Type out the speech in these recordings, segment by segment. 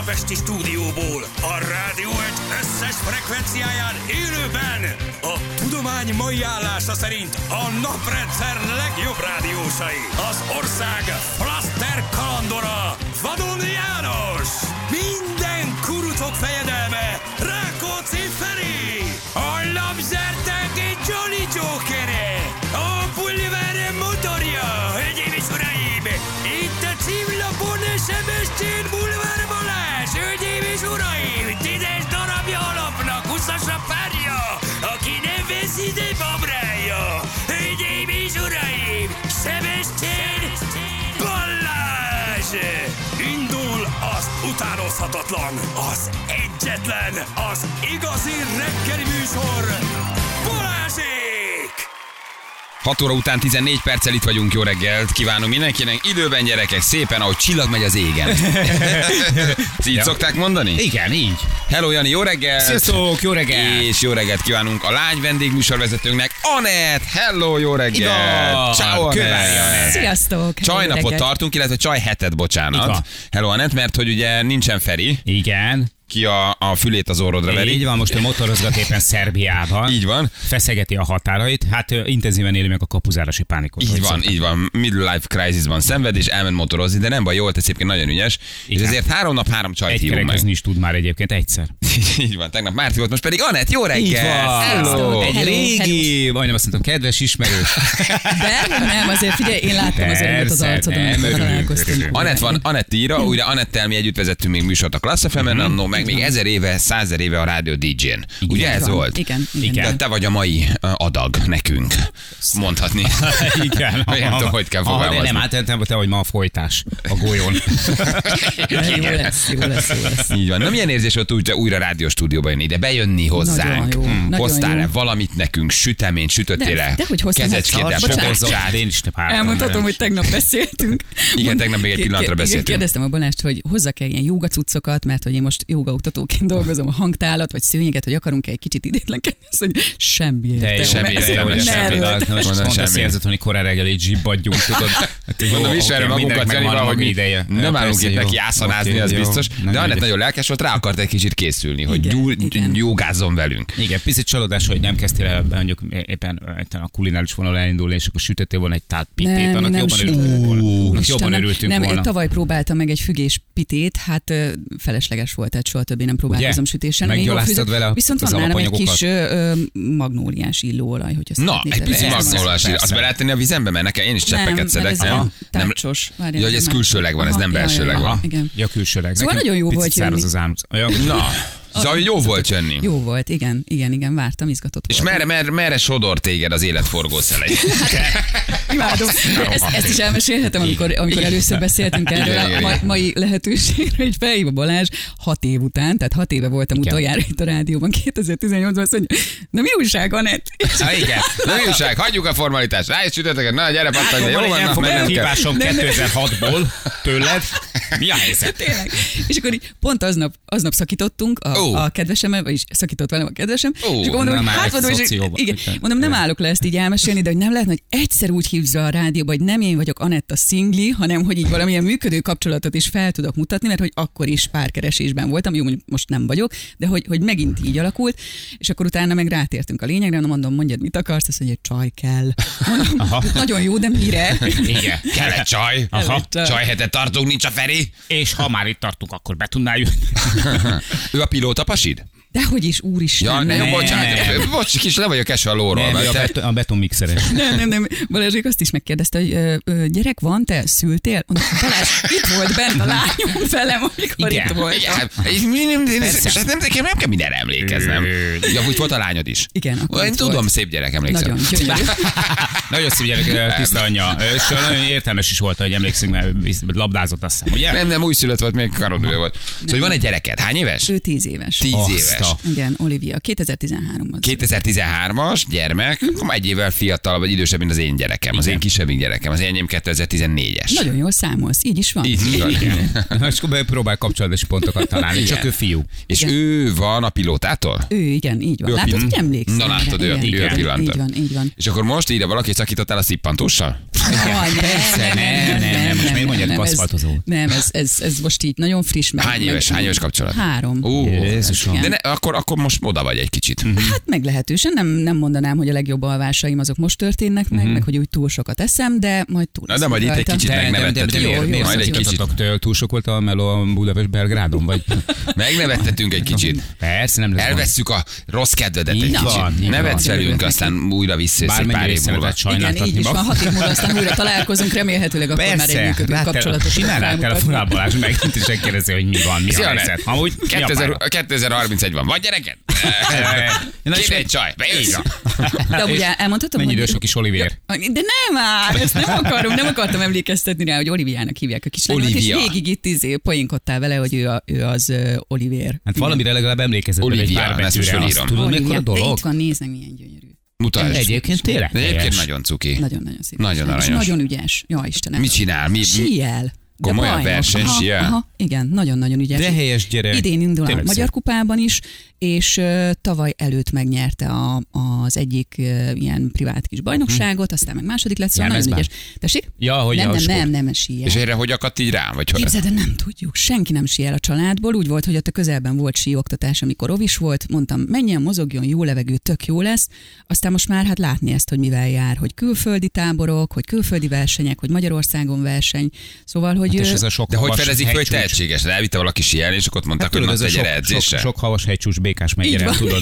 budapesti stúdióból, a rádió egy összes frekvenciáján élőben, a tudomány mai állása szerint a naprendszer legjobb rádiósai, az ország flaszter kalandora, Vadon János, minden kurucok fejedelme, Rákóczi Feri, a labzártáké Johnny Jokere, a pulver motorja, hölgyeim és uraim, itt a címlapon Sebestyén Bulvár Balázs, hölgyeim és uraim, 10-es darabja alapnak, 20-as a párja, aki nem vesz ide babrája, hölgyeim és uraim, Sebestyén Balázs! Indul az utánozhatatlan, az egyetlen, az igazi reggeli műsor, Balázsék! 6 óra után 14 perccel itt vagyunk, jó reggelt kívánunk mindenkinek, időben gyerekek, szépen, ahogy csillag megy az égen. Így szokták mondani? Igen, így. Hello Jani, jó reggelt! Sziasztok, jó reggelt! És jó reggelt kívánunk a lány vendégműsorvezetőnknek, Anett! Hello, jó reggelt! Ciao, Anett! Sziasztok! Csajnapot tartunk, illetve csaj hetet, bocsánat. Hello Anett, mert hogy ugye nincsen Feri. Igen. Ki a fülét az orrodra veri. Így van, most ő motorozgat éppen Szerbiában. Így van. Feszegeti a határait, hát intenzíven éli meg a kapuzárosi pánikot. Így van. Midlife crisisban szenved, és elment motorozni, de nem baj, jól tesz, egyébként nagyon ügyes. És ezért 3 nap 3 csajt hívunk meg. Egy is tud már egyébként egyszer. Így van, tegnap Márti volt, most pedig Anett, jó reggel! Így van. Hello. Egy régi, majdnem azt mondtam, kedves ismerős. De nem, azért figyelj, én láttam az örömet az arcodon, amikor találkoztunk. Anett írja, ugye Anettel mi együtt vezettünk még műsort a Class FM-en, annó meg még 1000 éve, 100 éve a rádió DJ-n. Ugye ez volt? Igen. De te vagy a mai adag nekünk, mondhatni. Igen. Nem tudom, hogy kell fogalmazni. Nem, hát te vagy ma a folytás a golyón. Jó lesz. Így van. Na milyen érzés volt úgy, újra rádióstúdióba jönni ide, bejönni hozzánk? Hoztál-e valamit nekünk, süteményt, sütöttél-e? Dehogy hoztam. Kezecskéddel, pokozzát? Én is elmondhatom, hogy tegnap beszéltünk. Igen, tegnap még egy pillanatra beszéltünk. Kérdeztem a Balást, hogy hozzak-e ilyen jóga cuccokat, mert hogy én most jógaoktatóként dolgozom, a hangtálat, vagy szőnyeget, hogy akarunk-e egy kicsit idétlenkedni, azt mondja, semmi értelme. Most azt érzed, hogy korán reggel egy zsibbadjunk, tudod. Mondom, ismerem magunkat, Janival, hogy mi nem állunk itt neki ászanázni, az biztos. De Anett nagyon lelkes volt, rá akart egy kicsit készülni, hogy jogázzon velünk. Igen, picit csalódás, hogy nem kezdtél el mondjuk éppen a kulináris vonal elindulni, és akkor sütöttél volna egy tát pitét, annak jobban örültünk volna. Nem, tavaly próbáltam meg egy fügés pitét, hát felesleges volt, tehát soha többé nem próbálkozom sütésen. Meggyaláztad vele viszont van nálam egy kis magnóliás illóolaj, hogy ezt na, egy pici magnóliás illóolaj. Azt be lehet tenni a vizembe, mert nekem én is cseppeket szedek. Nem, tárcsos. Ja, hogy ez külsőleg van, ez nem belsőleg van. Ja, külsőleg. Szóval nagyon jó volt jönni. Na. Szóval jó volt jönni. Jó volt, igen, vártam, izgatott és merre sodor téged az élet forgószelei? Imádom. Ezt is elmesélhetem, amikor először beszéltünk erről a mai lehetőségről, hogy felhív a Balázs 6 év után, tehát 6 éve voltam utoljára itt a rádióban, 2018-ban, azt mondja, na mi újság, Anett? Igen, na mi újság, hagyjuk a formalitást, rá is sütöttek, na gyere pattanj, de jó van, nem fogom kívásom 2006-ból tőled. Mi a helyzet? Tényleg. És akkor így pont aznap szakítottunk a kedvesemmel, vagyis szakított velem a kedvesem, és akkor mondom, hogy hát mondom, nem állok le ezt így elmesélni, de hogy nem lehetne, hogy egyszer úgy hívsz a rádióba, hogy nem én vagyok Anett a szingli, hanem hogy így valamilyen működő kapcsolatot is fel tudok mutatni, mert hogy akkor is párkeresésben voltam, jó, most nem vagyok, de hogy megint így alakult, és akkor utána meg rátértünk a lényegre, mondom, mondjad, mit akarsz, azt mondja, hogy csaj kell. Mondom, nagyon jó, de mire? Igen, kell egy csaj. Csajhetet tartunk, nincs a Feri. És ha már itt tartunk, akkor be tudnál jönni. Ő a pilóta pasid? Dehogy is, úristen. Ja, nem, bocsánat, bocs, kis le vagyok esve a lóról. A betonmixeres. Nem. Balázsék azt is megkérdezte, hogy gyerek van, te szültél? Mondom, Balázs, itt volt bent a lányom velem, amikor itt volt. Nem kell mindenre emlékeznem. Ja, úgy volt a lányod is. Igen, akkor én tudom, szép gyerek, emlékszem. Nagyon gyönyörű. Nagyon szép gyerek, tiszta anyja. És nagyon értelmes is volt, hogy emlékszünk, mert labdázott, azt hiszem, ugye? Nem, újszülött volt, még karodülő volt. Szóval van egy gyereked, hány éves? Ő 10 éves. 10 éves. Igen, Olivia. 2013-ban. 2013-as gyermek, egy évvel fiatalabb vagy idősebb, mint az én gyerekem. Az én kisebbik gyerekem. Az enyém 2014-es. Nagyon jól számolsz, így is van. Így van. És akkor próbál kapcsolódási pontokat találni, csak ő fiú. És ő van a pilótától? Ő, igen, így van. Látod, hogy emlékszel? Na látod, ő a pillanat. Így van. És akkor most ide valaki szakítottál a szippantóssal? Persze, nem. Most miért mondjátok aszfaltozó? Nem, ez most így nagyon friss. Hány éves kapcsolat? 3. De akkor most oda vagy egy kicsit. Hát meglehetősen, nem mondanám, hogy a legjobb alvásaim azok most történnek meg hogy úgy túl sokat eszem, de majd túl. De majd itt egy kicsit megnevettetünk. Majd egy kicsit. Túl sok volt a meló a Budapest Belgrádon, vagy? Megnevettetünk egy kicsit. Persze, nem lesz. Elvesszük a rossz kedvedet egy kicsit. Nevetsz velünk, aztán újra visszajössz egy pár év múlva. Igen, így is van, 6 év múlva aztán újra találkozunk, remélhetőleg akkor már egy működő kapcsolatot. Csinálnál kell a Funál Balázs, megint is megkérdezi, hogy mi van, mi a helyzet. Amúgy 2031 van. Vagy gyereked? Kérj egy csaj. De ugye elmondhatom, mennyi idős a kis Olivier? De nem már, ezt nem akartam emlékeztetni rá, hogy Oliviának hívják a kislányomat, és végig itt poénkodtál vele, hogy ő az Olivier. Hát valamire legalább emlékezett egy pár betűre. Azt tudod, mekkora dolog? Itt van, nézd meg, milyen gyönyörű. Mutasd. Egyébként tényleg? Egyébként nagyon cuki. Nagyon-nagyon szép. Nagyon aranyos. Nagyon ügyes. Ja, Istenem. Mit csinál? Síel. Komolyan verseny síel? Aha, igen, nagyon-nagyon ügyes. De helyes gyerek. Idén indul a Magyar Kupában is, és tavaly előtt megnyerte az egyik ilyen privát kis bajnokságot, aztán meg második lett, szóval nagyon ügyes. Tessék? Ja, hogy nem síel. És erre hogy akadt így rám? Képzeld, de nem tudjuk. Senki nem síel a családból. Úgy volt, hogy ott a közelben volt síoktatás, amikor ovis volt. Mondtam, menjen, mozogjon, jó levegő, tök jó lesz. Aztán most már hát látni ezt, hogy mivel jár, hogy külföldi táborok, hogy külföldi versenyek, hogy Magyarországon verseny. Szóval, hogy de hogy fedezik föl, hogy tehetséges? Elvitte valaki síelni, és akkor ott mondták, hogy most gyere edzésre. Sok havas hegycsús békás meggyere, tudod.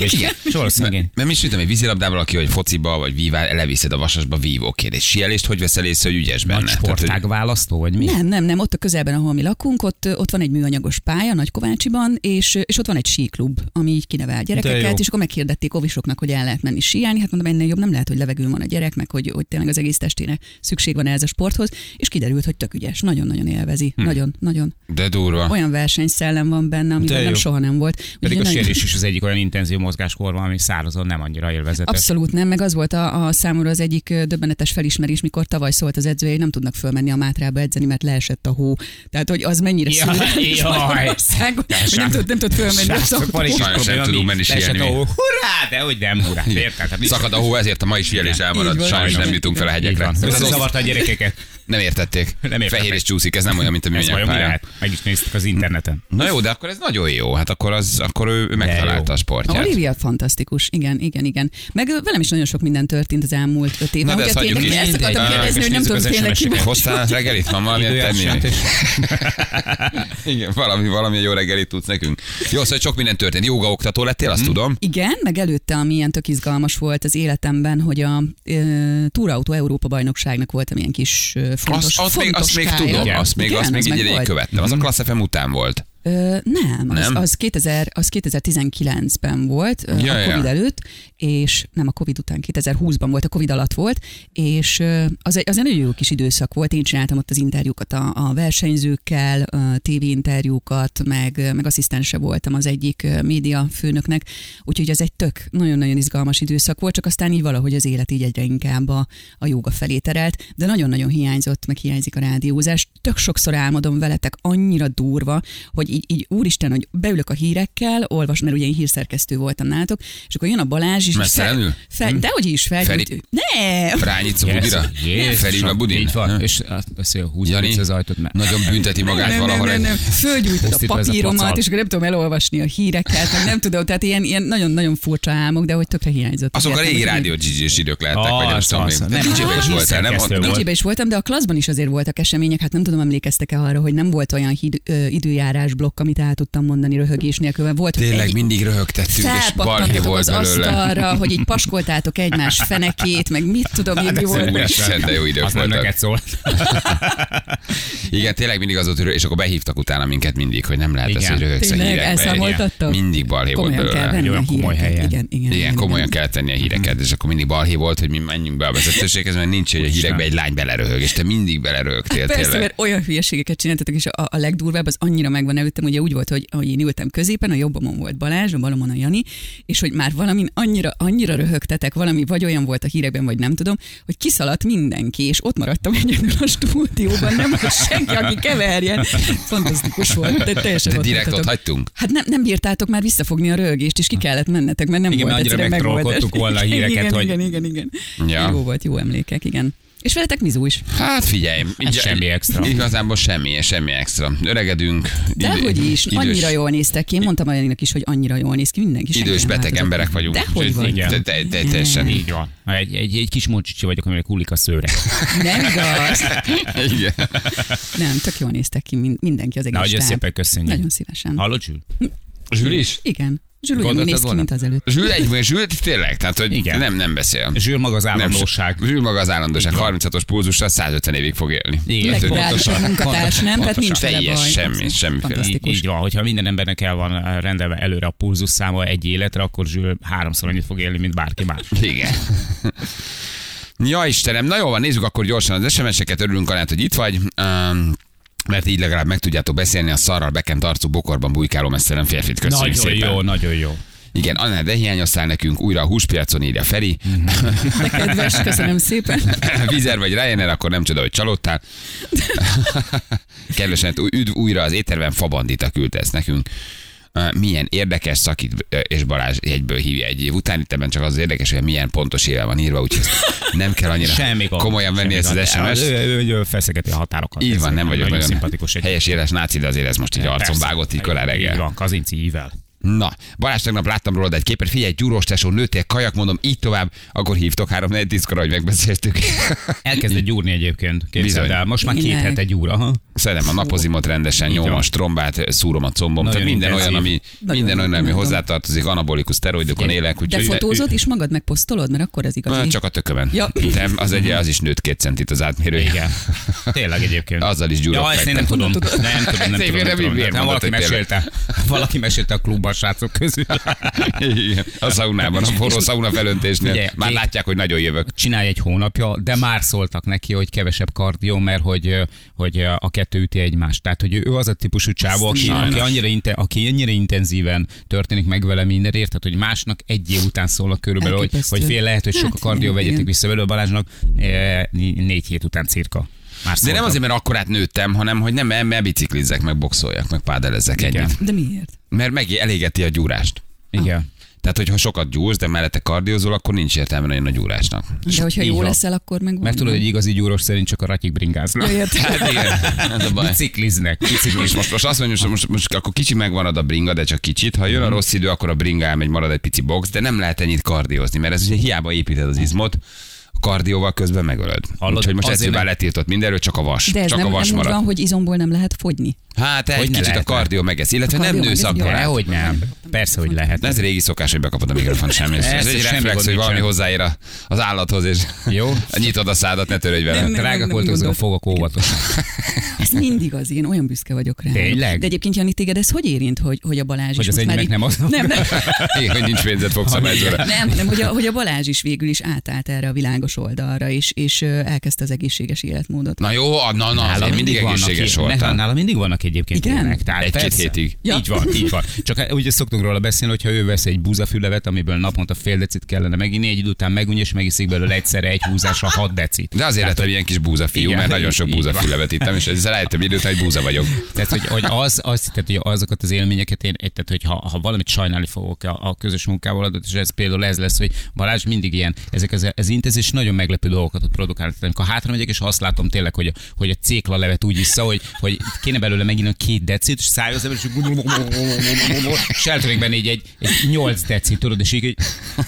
Mert mi is tudtam, hogy vízilabdával, aki hogy fociba, vagy vívál, leviszed a vasasba vívóként. És síelést hogy veszel észre, hogy ügyes benne? Nagy sportág választó, vagy mi? Nem. Ott a közelben, ahol mi lakunk, ott van egy műanyagos pálya, Nagykovácsiban, és ott van egy síklub, ami így kinevel gyerekeket, és akkor meghirdették ovisoknak, hogy el lehet menni síelni. Hát mondom, ennél jobb nem lehet, hogy levegőn van a gyerek, meg hogy tényleg az egész testére szükség van ez a sporthoz, és kiderült, hogy tök ügyes, nagyon-nagyon élvezi. Nagyon. De durva. Olyan versenyszellem van benne, amiben nem soha nem volt. Pedig a síelés is az egyik olyan intenzív mozgáskor van, ami szárazon nem annyira élvezetes. Abszolút nem, meg az volt a számomra az egyik döbbenetes felismerés, mikor tavaly szólt az edzője, nem tudnak fölmenni a Mátrába edzeni, mert leesett a hó. Tehát, hogy az mennyire szűrős Magyarországon, hogy nem tud fölmenni. Nem tudunk menni síelni. Hurrá, de hogy nem, hurrá. Szakad a hó, ezért a mai síelés elmaradt. Sajnos nem jutunk fel a hegyekre. Zavarta a gyerekeket. Nem értették. Fehér és csúszik, ez nem olyan, mint a műanyagpálya. Meg is néztük az interneten. Na jó, de akkor ez nagyon jó. Hát akkor ő megtalálta a sportját. Olivia fantasztikus. Igen. Meg velem is nagyon sok minden történt az elmúlt 5 évben. Na de ezt hagyjuk is. Ezt akartam kérdezni, hogy nem tudom tényleg ki. Hoztál reggelit? Van valami tenni? Igen, valami jó reggelit tudsz nekünk. Jó, szóval sok minden történt. Jóga oktató lettél, azt tudom. Igen, meg előtte, ami ilyen tök izgalmas volt az életemben, hogy a Túrautó Európa bajnokságnak voltam ilyen kis fontos azt még tudom, azt még így követtem. Az a Klassz FM után volt. Nem? Az 2019-ben volt, a Covid előtt, és nem a Covid után, 2020-ban volt, a Covid alatt volt, és az egy nagyon jó kis időszak volt. Én csináltam ott az interjúkat a versenyzőkkel, tévéinterjúkat, meg asszisztense voltam az egyik média főnöknek, úgyhogy ez egy tök nagyon-nagyon izgalmas időszak volt, csak aztán így valahogy az élet így egyre inkább a jóga felé terelt, de nagyon-nagyon hiányzott, meg hiányzik a rádiózás. Tök sokszor álmodom veletek, annyira durva, hogy így úristen, hogy beülök a hírekkel, olvas, mert ugye én hírszerkesztő voltam nálatok, és akkor jön a Balázs, és dehogy is felgyújt. Nem! Rányítsz a budira? Felül a budin? Így van. És azt húzja az ajtót. Nagyon bünteti magát valahol. Nem. Fölgyújtod a papíromat, és akkor nem tudom elolvasni a híreket, meg nem tudom, tehát ilyen nagyon-nagyon furcsa álmok, de hogy tökre hiányzott. Azok a régi rádió GG-s idők lehettek, vagy nem tudom. DJ-be is voltál, nem? DJ-be is voltam, de a Klasszban is azért voltak események, hát nem tudom, emlékeztek-e arra, hogy nem volt olyan időjárás blokk, amit el tudtam mondani röhögés nélkül. Volt tényleg mindig röhögtettünk, és balhé volt belőle. Arra, hogy így paskoltátok egymás fenekét, meg mit tudom én, mi volt. Úristen, de jó idők voltak. Szól. Igen, tényleg mindig az volt, és akkor behívtak utána minket mindig, hogy nem lehet ez, hogy röhögsz a hírekbe. Mindig balhé volt belőle. Komoly helyen. Igen, komolyan kell tenni a híreket, és akkor mindig balhé volt, hogy mi menjünk be a vezetőséghez, mert nincs, hogy a hírekbe egy lány beleröhög, és te mindig beleröhögtél. Persze, mert olyan hülyeségeket csináltatok, és a legdurvább az annyira megvan előttem ugye úgy volt, hogy én ültem középen, a jobbamon volt Balázs, a balomon a Jani, és hogy már valamin annyira röhögtetek, valami vagy olyan volt a hírekben, vagy nem tudom, hogy kiszaladt mindenki, és ott maradtam egyedül a stúdióban, nem volt senki, aki keverjen. Fantasztikus volt, de teljesen de direkt ott hagytunk? Hát nem bírtátok már visszafogni a röhögést, és ki kellett mennetek, mert nem igen, volt egyszerűen megoldás. volna a híreket, igen. Ja. Jó volt, jó emlékek, igen. És veletek Mizu is. Hát figyelj, semmi extra. Igazából semmi extra. Öregedünk. Dehogy is, annyira jól néztek ki. Én mondtam a Janinak is, hogy annyira jól néz ki mindenki. Idős beteg emberek vagyunk. Dehogy vagy. Teljesen. Így van. Egy kis moncsicsi vagyok, aminek hullik a szőre. Nem igaz. Igen. Nem, tök jól néztek ki mindenki az egész stáb. Nagyon szépen köszönjük. Nagyon szívesen. Hallod, Zsül? Zsül is? Igen. Zsül ugyanúgy néz ki, mint az előtt. Zsül tényleg, tehát hogy nem beszél. Zsül maga az állandóság. Zsül maga az állandóság. 36-os pulzussal 150 évig fog élni. Legreálisabb munkatárs, nem? Tehát nincs vele baj. Semmiféle. Így van, hogyha minden embernek el van rendelve előre a pulzusszáma egy életre, akkor Zsül 3-szor annyit fog élni, mint bárki más. Igen. Ja Istenem, na jó van, nézzük akkor gyorsan az SMS-eket, örülünk Anát, hogy itt vagy. Mert így legalább meg tudjátok beszélni a szarral bekent arcú bokorban bujkáló messzelen férfit. Köszönjük szépen. Nagyon jó. Igen, Anna, de hiányoztál nekünk újra a húspiacon, írja Feri. De kedves, köszönöm szépen. Vizer vagy Ryanair, akkor nem csoda, hogy csalódtál. Kedvesen, üdv újra az étterben, Fabandita küldte ezt nekünk. Milyen érdekes szakít, és Balázs egyből hívja egy év után. Itt ebben csak az érdekes, hogy milyen pontos éve van írva, úgyhogy nem kell annyira komolyan venni ezt az SMS-t. Ő feszegeti a határokat. Így van, nem vagyok nagyon szimpatikus. Helyes éles náci, de azért ez most így arcon vágott így korán reggel. Így van, Kazinci ível. Na, Balázs, tegnap láttam rólad egy képet, figyelj, Gyúrós tesó, nőttél, kajak, mondom, így tovább, akkor hívtok 3-4-10-kor, hogy megbeszéltük. Elkezdett gyúrni egyébként, képzeld el, most már 2 hete gyúr, aha. Szeretem a napozimot rendesen, nyomom a strombát, szúrom a combom, tehát minden olyan, ami hozzátartozik, anabolikus szteroidokon élek. De fotózod és magad megposztolod, mert akkor ez igaz. Csak a tökömen. Ja. De az is nőtt 2 centit az átmérő. Igen. Tényleg egyébként. Azzal is gyúrok. Ja, ezt én nem tudom. Valaki mesélte a klubban, srácok közül. Igen, a szaunában, a forró szauna felöntésnél. Már látják, hogy nagyon jövök. Csinálj egy hónapja, de már szóltak neki, hogy kevesebb kardió, mert hogy a kettő üti egymást. Tehát, hogy ő az a típusú csávó, aki annyira intenzíven történik meg vele minden, érted, hogy másnak egy év után szólnak körülbelül, hogy fél lehet, hogy sok a kardió, vegyetek vissza belőle, Balázsnak 4 hét után cirka. De nem azért, mert akkorát nőttem, hanem hogy nem biciklizzek, meg boxoljak, meg pádelezzek ennyit. De miért? Mert elégeti a gyúrást. Igen. Tehát, hogyha sokat gyúrsz, de mellette kardiózol, akkor nincs értelme nagyon a gyúrásnak. De hogyha jó leszel, akkor meg van. Mert tudod, hogy igazi gyúros szerint csak a ratyik bringáznak. Hát igen, ez a baj. Bicikliznek. Most azt mondjuk, most akkor kicsi megmarad a bringa, de csak kicsit. Ha jön a rossz idő, akkor a bringa elmegy, marad egy pici box, de nem lehet ennyit kardiózni, mert ez ugye hiába építed az izmot. Kardióval közben megölöd. Úgyhogy most egyszerűen letiltott mindenről, csak a vas. De ez csak nem, a vas nem marad. Van, hogy izomból nem lehet fogyni. Hát egy kicsit a kardió megesz, illetve nem nősz akkor. Hogy nem. Persze, hogy lehet. Ez régi szokás, hogy bekapod a mikrofon, semmi. Ez egy reflex, hogy valami hozzáér az állathoz, és jó. Nyitod a szádat, ne törődj vele. Drágák voltak azok a fogok, óvatosan. Ez mindig az, én olyan büszke vagyok rá. Tényleg? De egyébként, Jani, téged ez hogy érint, hogy a Balázs hogy is az enyémek nem az. Nem. Hogy nincs pénzed fogszabályzóra. Nem, hogy a Balázs is végül is átállt erre a világos oldalra, és elkezdte az egészséges életmódot. Na jó, én mindig egészséges voltam. Nála mindig vannak egyébként ilyenek. Egy-két hétig. Ja. Így van. Csak ugye szoktunk róla beszélni, hogyha ő vesz egy búzafülevet, amiből naponta fél decit kellene meginni, egy idő után megunja, és megiszik belőle egyszerre egy húzásra 6 decit. De azért lettem ilyen kis búzafiú, mert nagyon sok búzafülevet ittam, és ezzel rájöttem idő után, hogy búza vagyok. Tehát, hogy azokat az élményeket tehát, hogy ha valamit sajnálni fogok a közös munkával, és ez például ez lesz, hogy Balázs mindig ilyen, ezek az intenzív nagyon meglepő dolgokat tud produkálni. Amikor hátra megyek, és azt látom tényleg, hogy a cékla levet úgy vissza, hogy kéne belőle megint 2 decit, és szállj az és eltörik benne egy 8 decit, tudod, és így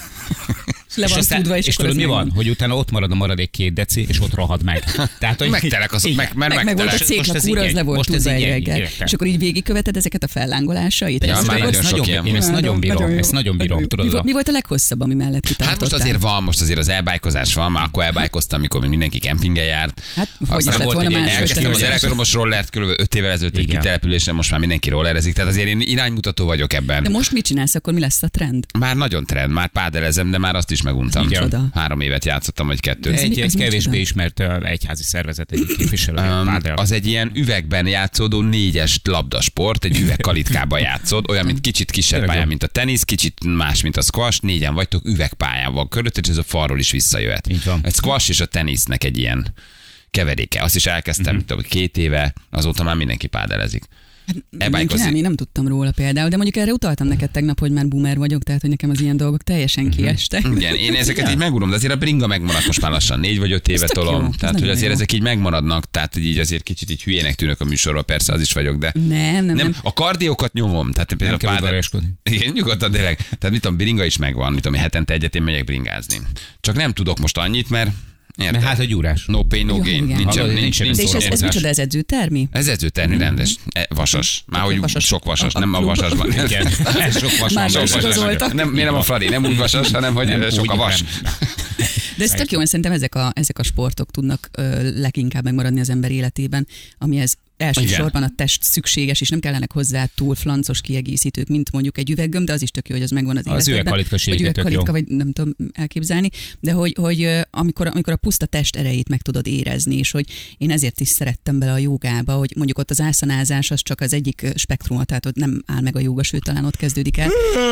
és tudod mi van? Hogy utána ott marad a maradék 2 deci, és ott rohad meg. Tehát, hogy megtelek azok, meg volt a cékla kúra, az le volt tudva egy reggel. És akkor így végigköveted ezeket a fellángolásait? Ja, én ezt nagyon bírom. Mi volt a leghosszabb, ami mellett kitartottál? Hát most azért az elbájkozás van, már akkor elbájkoztam, amikor még mindenki kempingen járt. Hát, hogy lett volna más? Elkezdtem az elektromos rollert kb. 5 évvel ezelőtt egy kitelepülésen, most már mindenki rollerezik, tehát azért én iránymutató vagyok ebben. De most mit csinálsz, akkor mi lesz a trend? Már nagyon trend, már pádelezem, de már azt is meguntam. Igen. 3 évet játszottam, vagy 2. Egy kevésbé ismert egyházi szervezet egyik képviselője. Az egy ilyen üvegben játszódó 4-es labdasport, egy üvegkalitkába játszod, olyan, mint kicsit kisebb pályán, mint a tenisz, kicsit más, mint a squash, 4-en vagytok, üvegpályán van körülött, és ez a falról is visszajöhet. A squash és a tenisznek egy ilyen keveréke. Azt is elkezdtem, 2 éve, azóta már mindenki pádelezik. Én nem tudtam róla például, de mondjuk erre utaltam neked tegnap, hogy már boomer vagyok, tehát hogy nekem az ilyen dolgok teljesen kiestek. Igen, én ezeket így megunom, de azért a bringa megmaradt most már lassan 4 vagy 5 éve tolom. Tehát, hogy azért ezek így megmaradnak, tehát hogy így azért kicsit így hülyének tűnök a műsorban, persze az is vagyok, de nem. A kardiókat nyomom, tehát például igen, nyugodtan tényleg. Tehát mit tudom, bringa is megvan, mit tudom, hetente egyet én megyek bringázni. Csak nem tudok most annyit, mert hát a gyúrás. No pain, no gain. Nincs és ez micsoda, ez edzőtermi? Ez edzőtermi, rendes. Vasas. Már hogy sok vasas, nem a vasasban. Igen, sok vas. Nem a Fradi, nem úgy vasas, hanem hogy sok a vas. De ez tök jó, szerintem ezek a sportok tudnak leginkább megmaradni az ember életében, amihez elsősorban a test szükséges, és nem kellenek hozzá túl flancos kiegészítők, mint mondjuk egy üveggömb, de az is tök jó, hogy az megvan az életedben. Az üvegkalitka, vagy nem tudom elképzelni, de hogy amikor a puszta test erejét meg tudod érezni, és hogy én ezért is szerettem bele a jogába, hogy mondjuk ott az ászanázás az csak az egyik spektruma, tehát ott nem áll meg a jóga, sőt talán ott kezdődik el.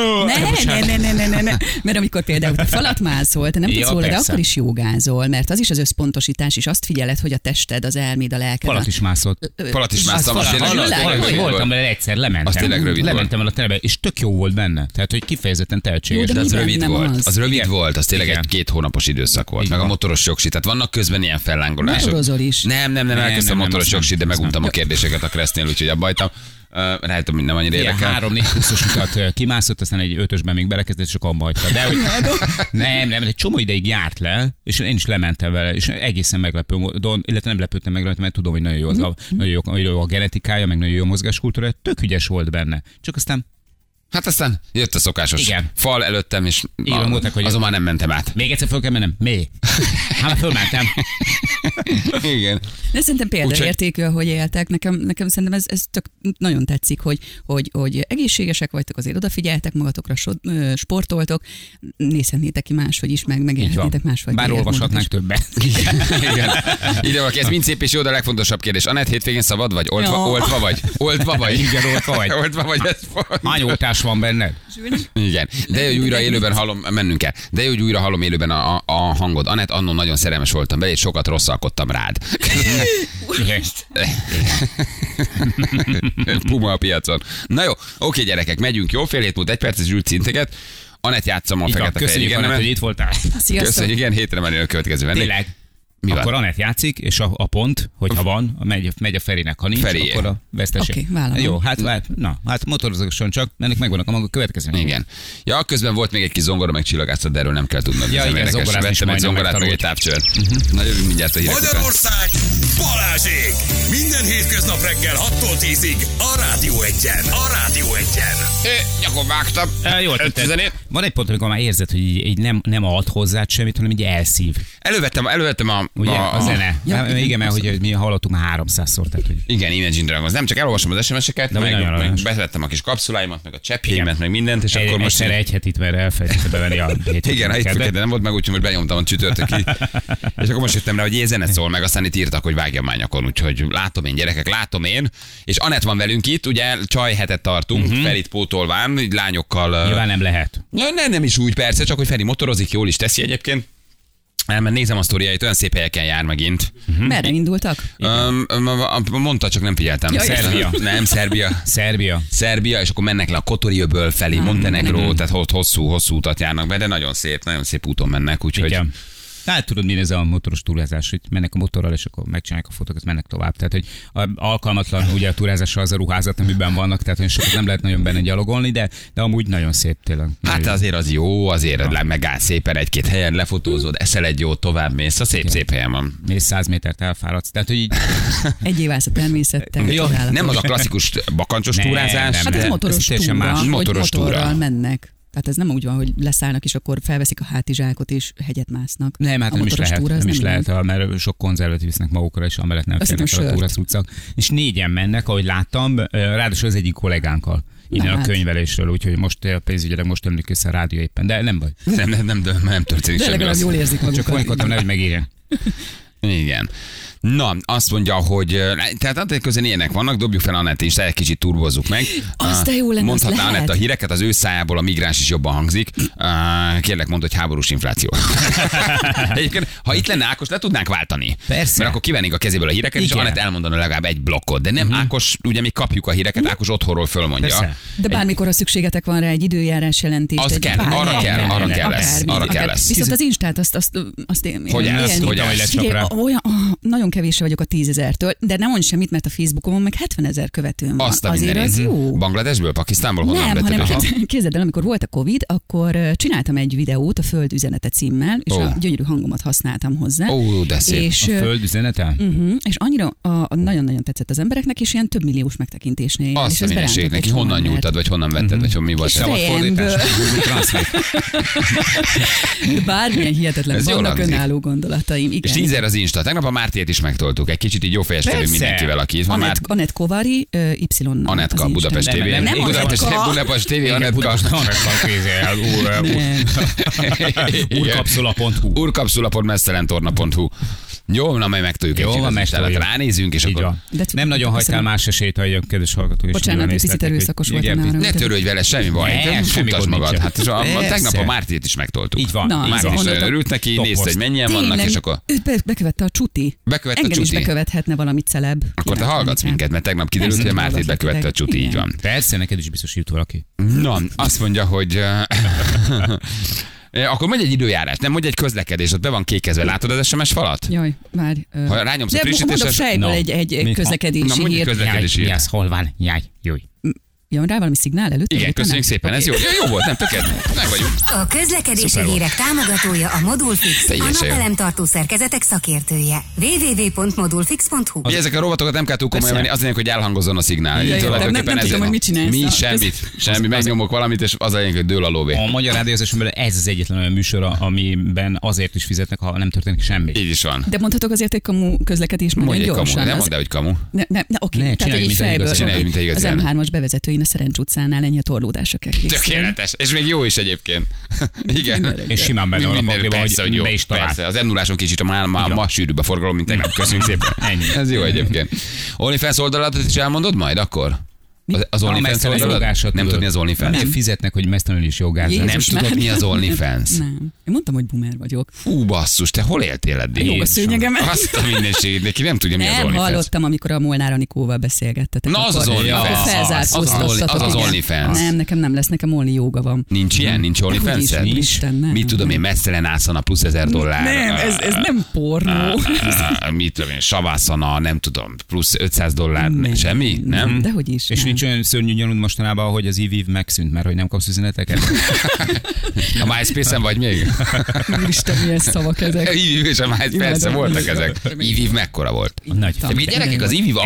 Ne. Mert amikor például te falat mászol, te nem tudsz róla, de akkor is jogázol, mert az is az összpontosítás, és azt figyeled, hogy a tested, az elméd, a lelked. Falat is mászott. Falat is másztam, voltam vele egyszer, lementem el a terebe, és tök jó volt benne. Tehát, hogy kifejezetten tehetséges. De az rövid volt. Az rövid volt, az tényleg egy 2 hónapos időszak volt. Meg a motoros jogsi. Tehát vannak közben ilyen fellángolások. Motorozol is. Nem, elkezdtem a motoros jogsit, de meguntam a kérdéseket a Kresznél, úgyhogy abba hagytam. Rájöttem, hogy nem annyira érdekel. 3-4 buszos utat kimászott, aztán egy 5-ösben még belekezdett, és akkor abba hagyta. De hogy nem, egy csomó ideig járt le, és én is lementem vele, és egészen meglepő módon, illetve nem lepődtem meg, mert tudom, hogy nagyon jó a genetikája, meg nagyon jó mozgáskultúra, tök ügyes volt benne. Csak aztán jött a szokásos fal előttem, és azon már nem mentem át. Még egyszer föl kell mennem? Mi? Hát fölmentem. Igen. De szerintem példaértékű, ahogy éltek. Nekem szerintem ez tök nagyon tetszik, hogy egészségesek vagytok, azért odafigyeltek magatokra, sportoltok, nézhetnétek ki máshogy is, megélhetnétek máshogy. Bár olvashatnánk többet. Igen. Ide valaki, ez mind szép és jó, de a legfontosabb kérdés. Anett, hétvégén szabad vagy? Oltva vagy? Oltva vagy? Igen, oltva vagy. Hány oltás van benned? Igen. De hogy újra élőben hallom, mennünk kell. De hogy újra hallom élőben a hangod. Anett, annól nagyon szerelmes voltam bele, és sokat rosszalkodtam rád. Puma a piacon. Na jó, oké gyerekek, megyünk. Jó, fél hét múlt 1 perc, Zsült szinteket. Anett játszom a fekete fehér. Köszönjük, hogy itt voltál. Köszönjük, igen, hétre menni a következő vendég. Tényleg. Akkor Anett játszik, és a pont, hogyha van, megy a Ferinek, ha nincs, Ferié. Akkor a veszteség. Okay, vállalom. Jó, hát motorozósan csak, ennek megvannak a maga következő. Igen. Ja, közben volt még egy kis zongora, meg csillagászat, de erről nem kell tudnod. Ja, igen, vettem egy zongorát, meg egy távcsövet. Nagyon mindjárt a hírek után. Magyarország, Balázsék! Minden hétköznap reggel 6-tól 10-ig a Rádió 1-en. Nyakon vágtam. Jól tetted. Van egy pont, amikor már érzed, hogy így nem ad hozzád semmit, hanem így elszív. Elővettem a zene. Ja, igen, mert hogy mi hallottunk már 300-szor. Tehát, hogy... Igen, Imagine Dragons. Nem csak elolvasom az SMS-eket, meg bevettem a kis kapszuláimat, meg a cseppjeimet, meg mindent, és akkor most... Egyszer egy hetit, mert elfelejtettem bevenni a hétfőt. Igen, a hétfőt, de nem volt meg, úgyhogy most benyomtam a csütörtökig. És akkor most jöttem rá, hogy zene szól, meg aztán itt írtak, hogy vágjam már nyakon, úgyhogy látom én, gyerekek, És Anett van velünk itt, ugye csaj hetet tartunk, Ferit pótolván, így lányokkal. Nyilván nem lehet. Nem is úgy persze, csak hogy Feri motorozik, jól is teszi egyébként. Mert nézem a sztoriáit, olyan szép helyeken jár megint. Merre indultak? Mondta, csak nem figyeltem. Szerbia. Nem, Szerbia, és akkor mennek le a Kotorjöböl felé, Montenegró, tehát hosszú utat járnak be, de nagyon szép úton mennek, úgyhogy... Hát tudod, mi ez a motoros túrázás, hogy mennek a motorral, és akkor megcsinálják a fotókat, mennek tovább. Tehát, hogy alkalmatlan ugye a túrázásra az a ruházat, amiben vannak, tehát hogy sokat nem lehet nagyon benne gyalogolni, de amúgy nagyon szép tényleg. Hát azért az jó, azért megáll szépen egy-két helyen, lefotózod, eszel egy jót, tovább mész, a szép helyen van. Mész 100 métert, elfáradsz. Tehát, hogy így... Egy állsz a természettel. Nem az a klasszikus bakancsos túrázás. Hát ez motoros túra, hogy motorral mennek. Tehát ez nem úgy van, hogy leszállnak, és akkor felveszik a hátizsákot, és hegyet másznak. Nem, hát nem is lehet, mert sok konzervet visznek magukra, és amellett nem férnek a túracuccak. És 4-en mennek, ahogy láttam, ráadásul az egyik kollégánkkal. Innen a könyvelésről, úgyhogy most pénzügyileg most emlik össze a rádió éppen, de nem baj. Nem történik semmi. De legalább jól érzik magukat. Csak folyamodtam, nehogy megírjen. Igen. Na, azt mondja, hogy tehát Anett közben ilyenek vannak, dobjuk fel Anett is, egy kicsit turbozzuk meg. Azt jó lenne, mondhatná Anett a híreket, az ő szájából a migráns is jobban hangzik. Kérlek, mondd, hogy háborús infláció. Egyébként, ha itt lenne Ákos, le tudnánk váltani. Persze. Mert akkor kivennénk a kezéből a híreket, igen. És Anett elmondana legalább egy blokkot. De nem Ákos, ugye mi kapjuk a híreket, Ákos otthonról fölmondja. Persze. De bármikor a szükségetek van rá egy időjárás jelentés. Az kell, arra kell lesz. Viszont az Instát, azt én... Hogy nagyon kevésre vagyok a 10 000-től, de nem mond semmit, mert a Facebookon meg 70 000 követőm van. Azért az jó. Bangladesből, Pakisztánból, honnan nem, hanem képzeld el, amikor volt a Covid, akkor csináltam egy videót a Földüzenete címmel, és a gyönyörű hangomat használtam hozzá. De szép. És, a Földüzenete? És annyira nagyon-nagyon tetszett az embereknek, és ilyen több milliós megtekintésnél. Azt a minőség, neki honnan nyújtad, vagy honnan vetted, vagy mi volt? Bármilyen hihetetlen, vannak önálló gondolataim. És 10 000 az Insta. Tegnap a Mártét is megtoltuk. Egy kicsit így jó fejeskedünk mindenkivel, aki itt van. Anett Kovári, Y-nal. Anetka, Budapest TV. Nem Budapest TV, Anetka. Urkapszula.hu Urkapszula.messzelentorna.hu. Jó, na majd megtudjuk. Jó, van, ránézünk, és akkor... Nem nagyon hagytál más esélyt, hogy kedves hallgatók. Bocsánat, picit erőszakos voltam. Ne törődj vele, semmi baj. Futtasd magad. Hát tegnap a Mártét is megtoltuk. Így van. Márti is örült neki, nézd, hogy mennyien vannak, és akkor... Őt bekövette a Csuti. Engem is bekövethetne valamit celeb. Akkor te hallgatsz minket, mert tegnap kiderült, hogy a Mártét bekövette a Csuti, így van. Persze, neked is biztos jut valaki. Na, azt mondja, hogy... Akkor mondj egy időjárás, nem mondj egy közlekedés, ott be van kékezve. Látod az SMS falat? Jaj, várj. Ha rányomsz a frissítéses... Mondok fejből egy közlekedési hír. Na, mondj egy közlekedési hír. Hol van? Jaj, jöjj. Jön rá valami szignál előtt? Igen, köszönjük szépen, ez jó. Jó volt, nem tökéletes. Meg vagyunk. A közlekedési hírek támogatója a Modulfix, a napelemtartó szerkezetek szakértője. www.modulfix.hu. Ugye ezek a rovatokat nem kell túl komolyan venni, az lényeg, hogy elhangozzon a szignál. Nem tudom, hogy mit csinálsz. Mi semmi, megnyomok valamit, és az a lényeg, hogy dől a lóvé. A Magyar Rádiózáson ez az egyetlen olyan műsor, amiben azért is fizetnek, ha nem történik semmi. Így is van. De mondhatok azért egy kamu közlekedés, mert gyorsan. Nem mondd el, hogy kamu. Oké, tehát egy fejből. Az M3-as bevezetőjén a Szerencs utcánál ennyi a torlódásra kell készülni. Tökéletes, és még jó is egyébként. Igen. És simán benne van a pakliba, hogy be is talál. Az M0-áson kicsit ma sűrűbb a forgalom, mint tegnap. Köszönjük szépen. Ennyi. Ez jó egyébként. OnlyFans oldalatot is elmondod majd akkor? Az OnlyFans oldalad? Nem tudni az OnlyFans? Nem fizetnek, hogy mesztelenül is jogázzál. Nem tudod, mi az OnlyFans? Nem. Én mondtam, hogy boomer vagyok. Fú, basszus, te hol éltél eddig? Jó a szőnyegemet. Azt a mindenségét, neki nem tudja, mi az OnlyFans. Nem hallottam, amikor a Molnár Anikóval beszélgettetek. Na, az az OnlyFans. Az az OnlyFans. Nem, nekem nem lesz, nekem only jóga van. Nincs ilyen? Nincs OnlyFans-ed? Mit tudom én, messzelen ászana plusz $1000. Nem, ez nem pornó. Mit tudom én, savászana, nem tudom, plusz $500. Semmi? Nem? Dehogy is. És nincs olyan szörnyű gyanúd mostanában, hogy az IVIV megszűnt, mert hogy nem kapsz üzeneteket? A MySpace-en vagy még? Isten, milyen szavak ezek. IVIV és a MySpace-en voltak ezek. IVIV mekkora volt? Nagy. De gyerekek,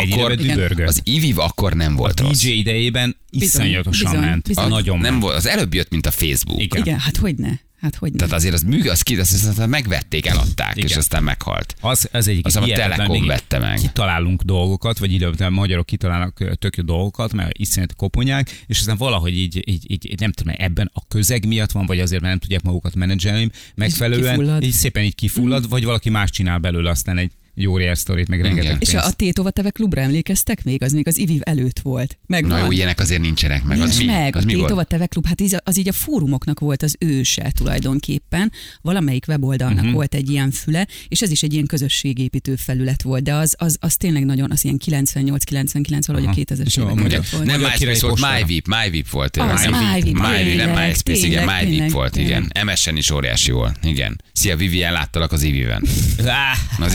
az IVIV akkor nem volt a rossz. DJ idejében iszonyatosan ment. Nagyon nem volt, az előbb jött, mint a Facebook. Igen, hát hogyne. Tehát azért azt megvették, eladták, igen. És aztán meghalt. Az egyik a Telekom vette meg. Kitalálunk dolgokat, vagy illetve magyarok kitalálnak tök jó dolgokat, mert iszonyat koponyák, és aztán valahogy így nem tudom, ebben a közeg miatt van, vagy azért, mert nem tudják magukat menedzselni megfelelően, így szépen így kifullad, vagy valaki más csinál belőle aztán egy jó real sztorit, meg rengeteg pénzt. És a Tétova Teve klubra emlékeztek még? Az még az IVIV előtt volt. Na jó, ilyenek azért nincsenek meg. Nincs meg. Az a Tétova Teve klub, hát az így a fórumoknak volt az őse tulajdonképpen. Valamelyik weboldalnak volt egy ilyen füle, és ez is egy ilyen közösségépítő felület volt, de az tényleg nagyon, az ilyen 98-99 valahogy a 2000-es évek volt. Nem MySpace volt, MyVip volt. Nem MySpace, igen, MyVip volt, igen. MS-en is óriási volt, igen. Szia, Vivien, láttalak az IVIV-en. Azért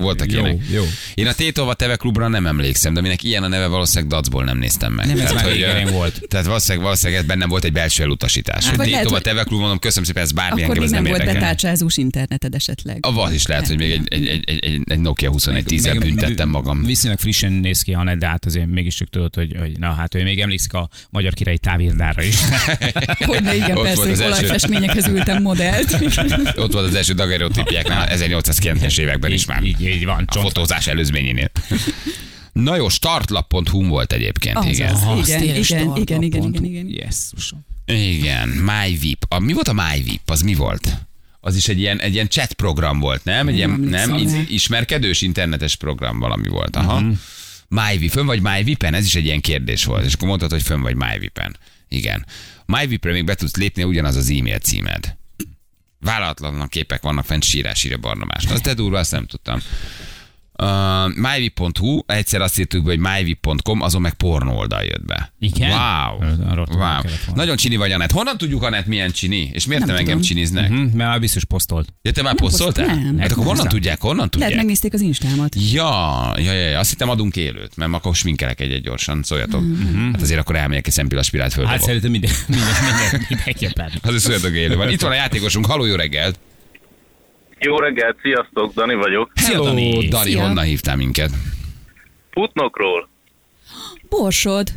voltak ilyenek. Én a Tétova TV klubra nem emlékszem, de aminek ilyen a neve, valószínűleg dacból nem néztem meg. Nem, ez már régen volt. Tehát valószínűleg bennem volt egy belső elutasítás. Tétova TV klub, mondom, köszönöm szépen, ez bármi engem ez nem érdekel. Akkor még nem volt betárcsázós interneted esetleg. Az is lehet, hogy még egy Nokia 2110-el büntettem magam. Viszonylag frissen néz ki, Anett, de hát azért mégis csak tudod, hogy na hát ő még emlékszik a Magyar Királyi Távirdára is. Hogyne, igen, persze, hogy olajfestményekhez ültem modellt. Ott volt az első daguerreotípiáknál 1890-es években is már. Így van. A fotózás előzményénél. Na jó, startlap.hu volt egyébként, igen. Igen. Jesszusom. Igen, MyVip. Mi volt a MyVip? Az mi volt? Az is egy ilyen chat program volt, nem? Egy ilyen, nem? Ismerkedős internetes program valami volt. Aha. MyVip, fönn vagy MyVipen? Ez is egy ilyen kérdés volt. És akkor mondtad, hogy fönn vagy MyVipen. Igen. MyVipre még be tudsz lépni, ugyanaz az e-mail címed. Vállalatlan képek vannak fent, sírás írja Barnabás. Az de durva, azt nem tudtam. MyVip.hu, egyszer azt írtuk be, hogy myvip.com, azon meg pornó oldal jött be. Igen? Wow. Nagyon csini vagy, Anett. Honnan tudjuk, Anett, milyen csini? És miért nem engem csiniznek? Mert már biztos posztolt. Ja, te már posztoltál? Nem. Hát akkor honnan tudják? Lehet megnézték az Instámat. Ja. Azt hittem adunk élőt, mert akkor sminkelek egy gyorsan, szóljatok. Hát azért akkor elmegyek egy szempillaspirát földbe. Hát szerintem mindenképpen. Azért szóljatok élőben. Itt van a játékosunk, halló, jó reggelt! Jó reggelt, sziasztok, Dani vagyok. Hello, Dani, honnan hívtál minket? Putnokról. Borsod.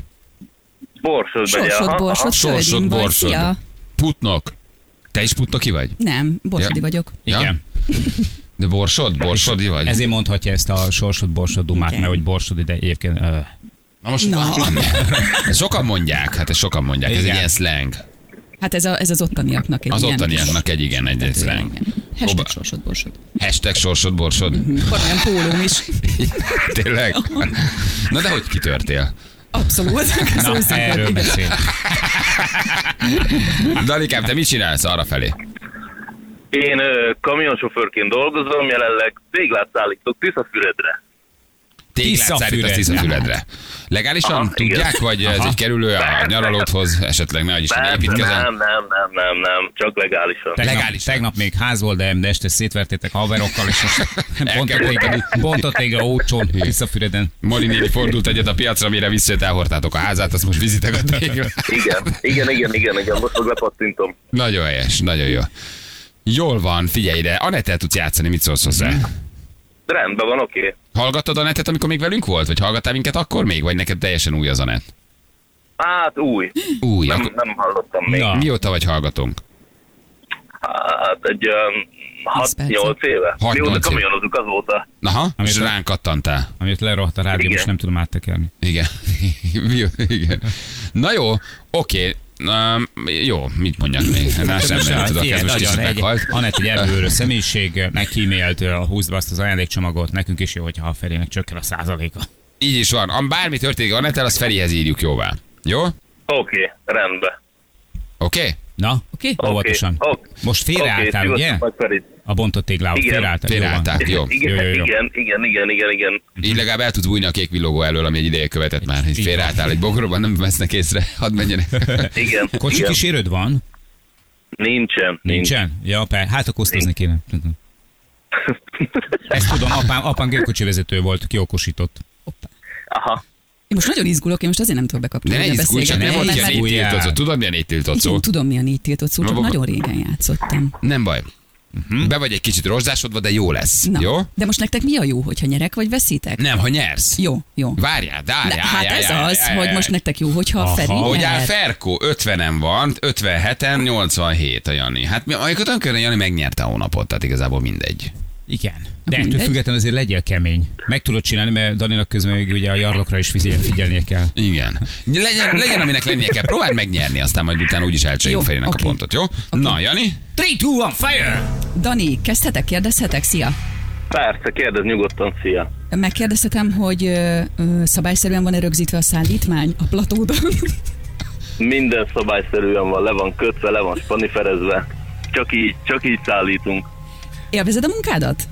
Borsod. Putnok. Te is putnoki vagy? Nem, borsodi vagyok. Igen. De borsodi vagy? Ezért mondhatja ezt a Borsod dumát, mert hogy borsodi, de egyébként... Na most sokan mondják, ez egy ilyen slang. Hát ez az ottaniaknak egy ilyen. Az ottaniaknak egy slang. Hashtag sorsod borsod. Hashtag sorsod borsod. Van olyan pólóm is. Tényleg? Na de hogy kitörtél? Abszolút. Na, erről beszél. Danikám, te mit csinálsz arrafelé? Én kamionsofőrként dolgozom, jelenleg téglát szállítok Tiszafüredre. Téglát szállítasz Tiszafüredre. Legálisan tudják, igen. Vagy ez egy kerülő a nyaralódhoz, esetleg nehogy Isten építkezel? Nem, csak legálisan. Tegnap még ház volt, de este szétvertétek haverokkal, és most bontott végre ócsón Tiszafüreden. Mari néni fordult egyet a piacra, mire visszajött, elhordtátok a házát, azt most vizitek a tégla. Igen, most meg lepattintom. Nagyon helyes, nagyon jó. Jól van, figyelj ide, Anettel tudsz játszani, mit szólsz hozzá? Rendben van, oké. Hallgattad Anettet, amikor még velünk volt? Vagy hallgattál minket akkor még? Vagy neked teljesen új az Anett? Hát új. Nem hallottam még. Ja. Mióta vagy hallgatónk? Hát egy 6-8 éve. Mióta kamionozunk azóta. Aha, és ránk kattantál. Amit lerohadt a rádió, most nem tudom áttekerni. Igen. Na jó, oké. Jó, mit mondjak még? Nem tudok, ez most kicsit meghalt. Anett egy elbőrő személyiség, megkímélt, húzd be azt az ajándékcsomagot, nekünk is jó, hogyha a Ferinek csökken a százaléka. Így is van. Bármi történik Anettel, az Ferihez írjuk jóvá. Jó? Oké, rendben. Oké? Na, óvatosan. Most félreálltál, ugye? A bontott téglához félreálltál. Jó. Igen. Így legalább el tudsz bújni a kék villogó elől, ami egy ideje követett már. Így félreálltál egy bokorban, nem vesznek észre, hadd menjenek. Igen. Kocsi kísérőd van? Nincsen? Ja, hát akkor osztozni kéne. Ezt tudom, apám gépkocsi vezető volt, kiokosított. Aha. Én most nagyon izgulok, én most azért nem tudok bekapni. De ne izgulj, csak nem volt ilyen négy tiltott szó. Tudod, milyen négy tiltott szó? Igen, tudom, milyen négy tiltott szó, csak nagyon régen játszottam. Nem baj. Be vagy egy kicsit rozsdásodva, de jó lesz. Na, jó? De most nektek mi a jó, hogyha nyerek vagy veszítek? Nem, ha nyersz. Jó. Várjál. Hát ez az, hogy most nektek jó, hogyha a Feri nyer. Hogy áll Ferkó, 50-en van, 57-en, 87 a Jani. Hát amikor tönkörre Jani megnyerte a hónapot, tehát igazából mindegy. Igen. De ettől függetlenül azért legyél kemény. Meg tudod csinálni, mert Daninak közben még ugye a jarlokra is figyelnie kell. Igen. Legyen, aminek lennie kell. Próbáld megnyerni, aztán majd utána úgyis elcseljük Ferinek a pontot, jó? Okay. Na, Jani? 3, 2, 1, fire! Dani, kezdhetek, kérdezhetek? Szia! Persze, kérdezz nyugodtan, szia! Megkérdezhetem, hogy szabályszerűen van-e rögzítve a szállítmány a platódon? Minden szabályszerűen van, le van kötve, le van spaniferezve. Csak így szállítunk. Élvezed a munkádat?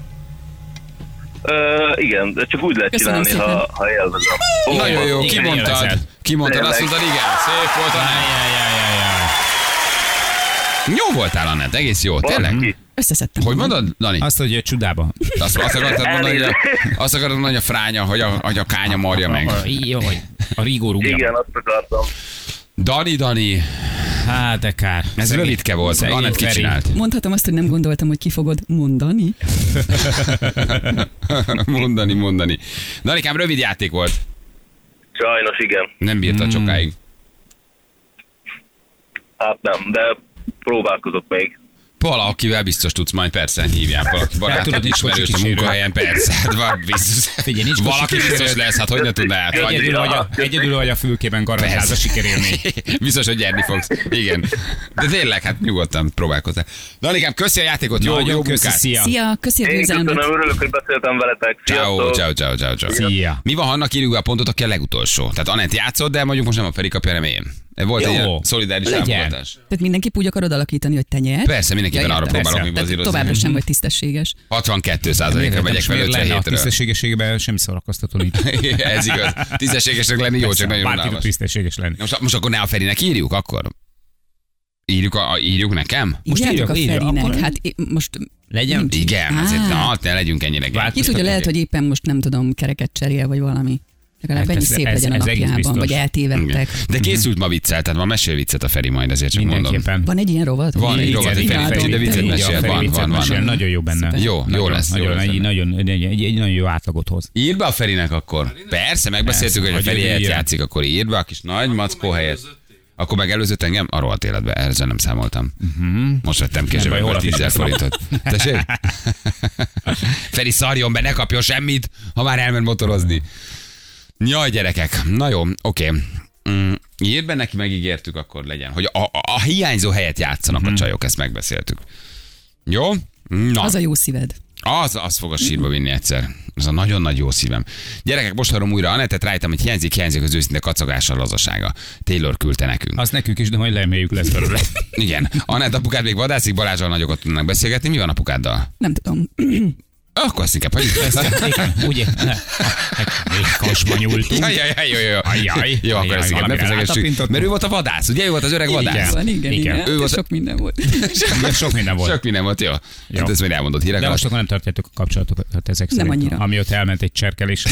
Igen, de csak úgy lehet köszönöm csinálni, ha élvezem. Nagyon jó, kimondtad, azt mondtad, igen, szép volt a... Jó voltál, Anett, egész jó, tényleg? Összeszedtem. Hogy mondod, Dani? Azt, hogy csudába. Azt akartad mondani, hogy a fránya, hogy a kánya marja meg. Jó, a rigó rúgja. Igen, azt akartam. Dani. Hát, de kár. Ez rövidke volt. Anett kicsinált. Mondhatom azt, hogy nem gondoltam, hogy ki fogod mondani. mondani. Danikám, rövid játék volt. Sajnos igen. Nem bírta sokáig. Hát nem, de próbálkozok még. Valakivel biztos tudsz majd, persze, hívjál valaki barátot, ismerős a munkahelyen, persze. Hát van, biztos. Valaki biztos lesz, hát hogy ne tudná Egyedül vagy a fülkében garantálsz a sikerélmény. Biztos, hogy gyerni fogsz. Igen. De tényleg, hát nyugodtan próbálkozzál. Danikám, köszi a játékot, jó munkát. Szia, köszi a győzelmet. Köszönöm, örülök, hogy beszéltem veletek. Ciao. Szia. Mi van, ha annak írjuk a pontot, aki a legutolsó? Tehát Anett játszott, de mondjuk most nem a Feri kapja, hanem én. Volt egy ilyen szolidáris támogatás. Tehát mindenki úgy akarod alakítani, hogy te nyerj. Persze, mindenképpen arra próbálok még bazírozni. Továbbra sem vagy tisztességes. 62%-ra megyek fel 57-ről. A tisztességességben semmi szórakoztató nincs. Ez igaz. Tisztességesnek lenni jó, csak nagyon unalmas. Tisztességes lenni. Most akkor ne a Ferinek írjuk akkor? Írjuk nekem? Most írjuk a Ferinek. Hát most legyen? Igen, azért ne legyünk ennyire. Ki tudja, lehet, hogy éppen most nem tudom, kereket cserél, vagy valami. Legalább ennyi szép legyen a napjában, vagy eltévedtek. De készült ma viccel, tehát ma mesél viccet a Feri majd, ezért csak mondom. Van egy ilyen rovat? Van egy rovat, egy Feri, de viccet mesél. Van. Nagyon jó benne. Jó lesz. Egy nagyon jó átlagot hoz. Írd be a Ferinek akkor. Persze, megbeszéltük, hogy a Feri helyett játszik, akkor írd be a kis nagy mackó helyett. Akkor megelőzött engem? A rohadt életbe, ezzel nem számoltam. Most vettem kézsebbe 10 000 forintot. Tessék? Feri szarjon be, ne kapjon semmit, ha már elment motorozni. Jaj, gyerekek. Na jó, oké. Írd be neki, megígértük, akkor legyen. Hogy a hiányzó helyet játszanak a csajok, ezt megbeszéltük. Jó? Na. Az a jó szíved. Az fog a sírba vinni egyszer. Az a nagyon nagy jó szívem. Gyerekek, most harom újra Anettet, rájtam, hogy hiányzik az őszinte kacagással lazasága. Taylor küldte nekünk. Az nekünk is, de majd reméljük lesz belőle. Igen. Anett, apukád még vadászik, Balázsral nagyokat tudnak beszélgetni. Mi van apukáddal? Nem tudom. Akkor azt inkább, hogy ugye? Kasma nyúltunk. Jó, akkor ezt inkább ne fizegessük. Mert ő volt a vadász, ugye? Ő volt az öreg vadász. Igen. Sok minden volt. Sok minden volt, jó. Hát ezt még elmondott hírek. De most akkor nem tartjátok a kapcsolatokat ezek szerint. Nem annyira. Ami ott elment egy cserkelésre,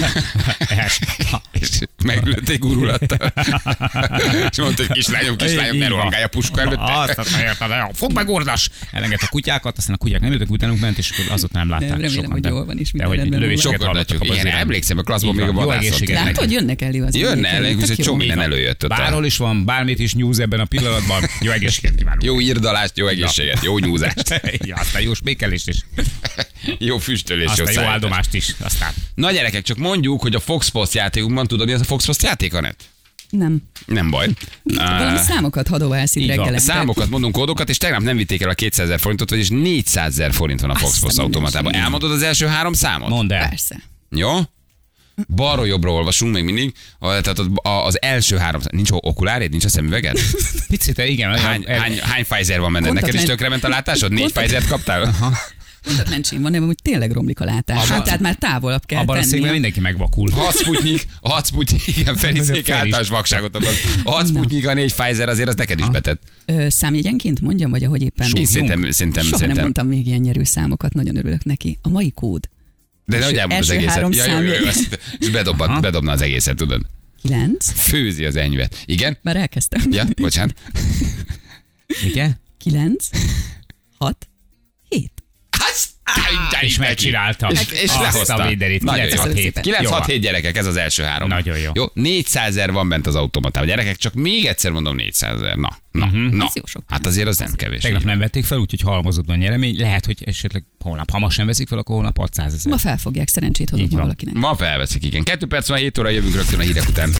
és meglőtték gurulattal. És mondta, hogy kislányom, ne rohangálj a puska előtt. Fogd meg, ordas! Elengedte a kutyákat, aztán a kutyák nem jöttek, utánuk ment, és azot nem látták. Remélem, hogy jól van is minden. Sokat látjuk. Igen, emlékszem a klasszból még a vadászot. Látod, hogy jönnek elő az jönne elő, hogy egy csomó minden előjött. Bárhol is van, bármit is nyúz ebben a pillanatban. Jó egészséget kívánunk. Jó írdalást, jó egészséget, jó nyúzást. Aztán jó spékelést is. Jó füstölés, aztán jó áldomást is. Aztán. Na gyerekek, csak mondjuk, hogy a Fox Post játékunkban, tudod, mi az a Fox Post játék, Anett? Nem baj. Valami számokat hadoválsz itt reggelente. Számokat mondunk, kódokat, és tegnap nem vitték el a 200 000 forintot, vagyis 400 000 forint van a Fox Post automatában. Elmondod az első 3 számot? Mondd el. Persze. Jó? Balról jobbra olvasunk még mindig. Tehát az első 3 szám. Nincs okuláréd? Nincs a szemüveged? Picit, igen. Hány Pfizer van benne? Neked is tökrement a látásod? 4 Pfizert kaptál? Kontaktlencsém van, hogy tényleg romlik a látás. Tehát már távolabb kell abban tenni. A székben mindenki megvakul. A 6 Sputnik, igen, Fericék általános vakságot adott. A 6 Sputnik, a 4 Pfizer, azért az neked is betett. Számjegyenként mondjam, vagy ahogy éppen. Szerintem. Soha nem mondtam még ilyen nyerő számokat, nagyon örülök neki. A mai kód. De nehogy elmond az egészet. És bedobna az egészet, tudod. 9. Főzi az enyvet. Igen? Már elkezdtem. Ja, bocsánat. Igen? 9. 6. 7. És megcsinálta. És lehozta. A véderét. 9-6-7 gyerekek, ez az első 3. Nagyon jó. 400 000 van bent az automatában. Gyerekek, csak még egyszer mondom 400 000. Na. Hát azért az nem kevés. Tegnap nem vették fel, úgyhogy halmozott a nyeremény. Lehet, hogy esetleg holnap, ha ma sem veszik fel, akkor holnap 600 000. Ma felfogják, szerencsét hozok valakinek. Ma felveszik, igen. 2 perc van, 7 óra, jövünk rögtön a hírek után.